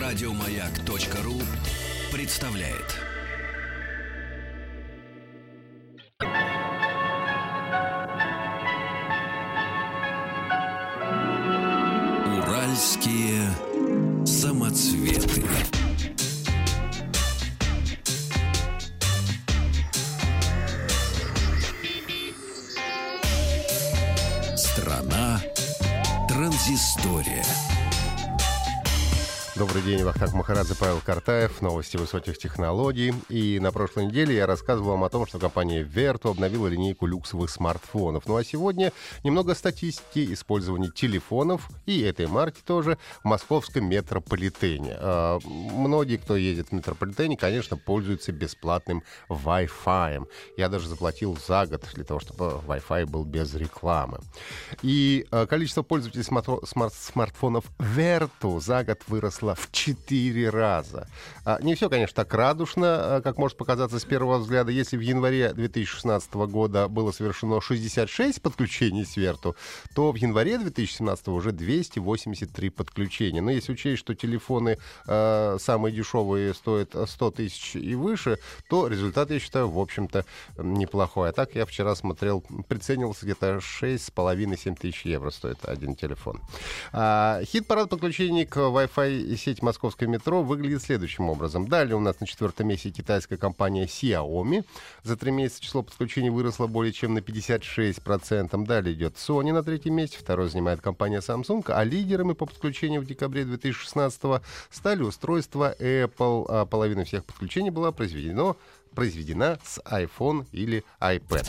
Радиомаяк.ру представляет. Уральские самоцветы. Страна транзистория. Добрый день, Вахтанг Махарадзе, Павел Картаев, новости высоких технологий. И на прошлой неделе я рассказывал вам о том, что компания Vertu обновила линейку люксовых смартфонов. Ну а сегодня немного статистики использования телефонов, и этой марки тоже, в московском метрополитене. Многие, кто едет в метрополитене, конечно, пользуются бесплатным Wi-Fi. Я даже заплатил за год для того, чтобы Wi-Fi был без рекламы. И количество пользователей смартфонов Vertu за год выросло в 4 раза. Не все, конечно, так радужно, как может показаться с первого взгляда. Если в январе 2016 года было совершено 66 подключений с Vertu, то в январе 2017 уже 283 подключения. Но если учесть, что телефоны самые дешевые стоят 100 тысяч и выше, то результат, я считаю, в общем-то, неплохой. А так я вчера смотрел, приценивался, где-то 6,5-7 тысяч евро стоит один телефон. Хит-парад подключений к Wi-Fi сеть московского метро выглядит следующим образом. Далее у нас на 4-м месте китайская компания Xiaomi. За 3 месяца число подключений выросло более чем на 56%. Далее идет Sony на 3-м месте. Второй занимает компания Samsung. А лидерами по подключению в декабре 2016 стали устройства Apple. Половина всех подключений была произведена с iPhone или iPad.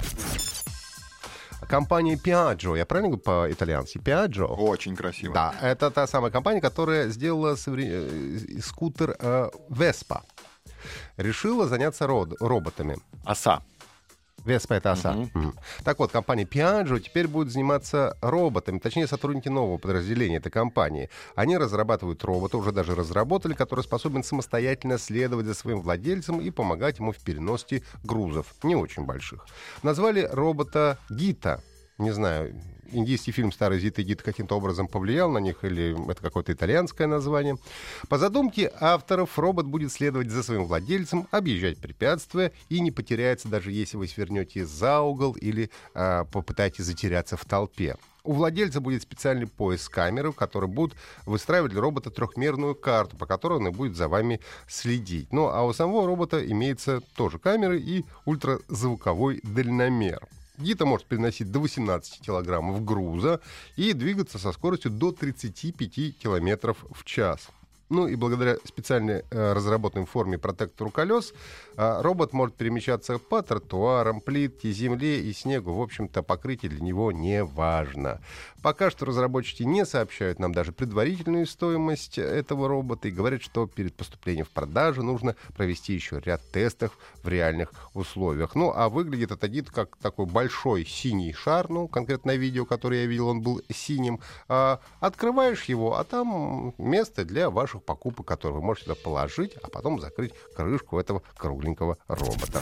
Компания Piaggio, я правильно говорю по-итальянски? Piaggio? Очень красиво. Да, это та самая компания, которая сделала скутер Vespa. Решила заняться роботами. Оса. Vespa — это оса. Так вот, компания Piaggio теперь будет заниматься роботами, точнее, сотрудники нового подразделения этой компании. Они разрабатывают робота, уже даже разработали, который способен самостоятельно следовать за своим владельцем и помогать ему в переносе грузов, не очень больших. Назвали робота Гита. Не знаю, индийский фильм «Старый Зит и Гит» каким-то образом повлиял на них, или это какое-то итальянское название. По задумке авторов, робот будет следовать за своим владельцем, объезжать препятствия и не потеряется, даже если вы свернете за угол или попытаетесь затеряться в толпе. У владельца будет специальный пояс с камерой, в который будут выстраивать для робота трехмерную карту, по которой он и будет за вами следить. Ну, а у самого робота имеется тоже камеры и ультразвуковой дальномер. Гита может переносить до 18 килограммов груза и двигаться со скоростью до 35 километров в час. Ну и благодаря специальной разработанной форме протектору колес робот может перемещаться по тротуарам, плитке, земле и снегу. В общем-то, покрытие для него не важно. Пока что разработчики не сообщают нам даже предварительную стоимость этого робота и говорят, что перед поступлением в продажу нужно провести еще ряд тестов в реальных условиях. Ну, а выглядит это гид как такой большой синий шар, ну, конкретно видео, которое я видел, он был синим. Открываешь его, а там место для ваших покупок, которые вы можете туда положить, а потом закрыть крышку этого кругленького робота.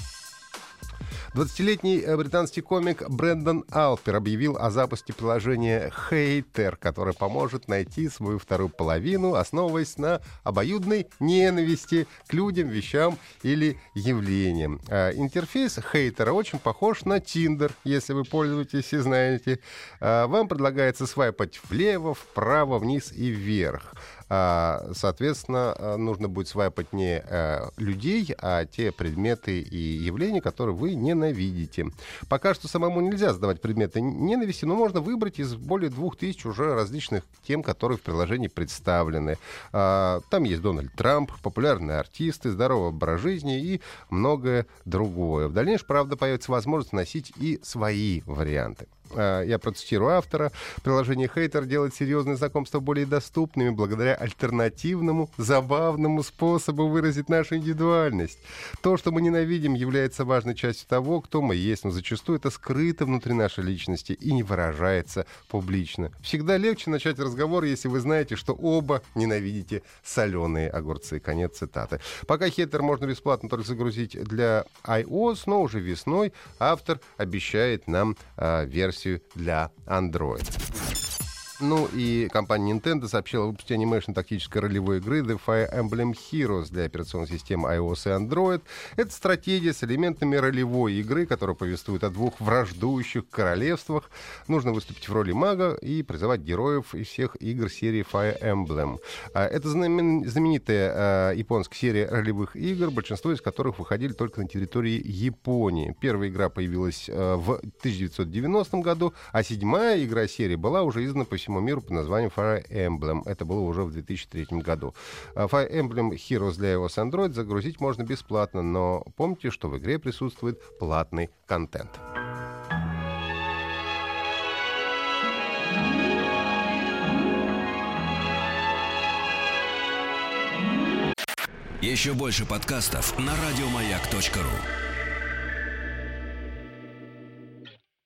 20-летний британский комик Брэндон Алпер объявил о запуске приложения Hater, которое поможет найти свою вторую половину, основываясь на обоюдной ненависти к людям, вещам или явлениям. Интерфейс Hater очень похож на Tinder, если вы пользуетесь и знаете. Вам предлагается свайпать влево, вправо, вниз и вверх. Соответственно, нужно будет свайпать не людей, а те предметы и явления, которые вы ненавидите. Пока что самому нельзя задавать предметы ненависти, но можно выбрать из более 2000 уже различных тем, которые в приложении представлены. Там есть Дональд Трамп, популярные артисты, здоровый образ жизни и многое другое. В дальнейшем, правда, появится возможность носить и свои варианты. Я процитирую автора. Приложение Hater делает серьезные знакомства более доступными благодаря альтернативному, забавному способу выразить нашу индивидуальность. То, что мы ненавидим, является важной частью того, кто мы есть, но зачастую это скрыто внутри нашей личности и не выражается публично. Всегда легче начать разговор, если вы знаете, что оба ненавидите соленые огурцы. Конец цитаты. Пока Hater можно бесплатно только загрузить для iOS, но уже весной автор обещает нам версию для Android. Ну и компания Nintendo сообщила о выпуске анимешн-тактической ролевой игры The Fire Emblem Heroes для операционной системы iOS и Android. Это стратегия с элементами ролевой игры, которая повествует о двух враждующих королевствах. Нужно выступить в роли мага и призывать героев из всех игр серии Fire Emblem. Это знаменитая японская серия ролевых игр, большинство из которых выходили только на территории Японии. Первая игра появилась в 1990 году, а седьмая игра серии была уже издана по всему миру под названием Fire Emblem. Это было уже в 2003 году. Fire Emblem Heroes для iOS и Android загрузить можно бесплатно, но помните, что в игре присутствует платный контент. Еще больше подкастов на радиомаяк.ру.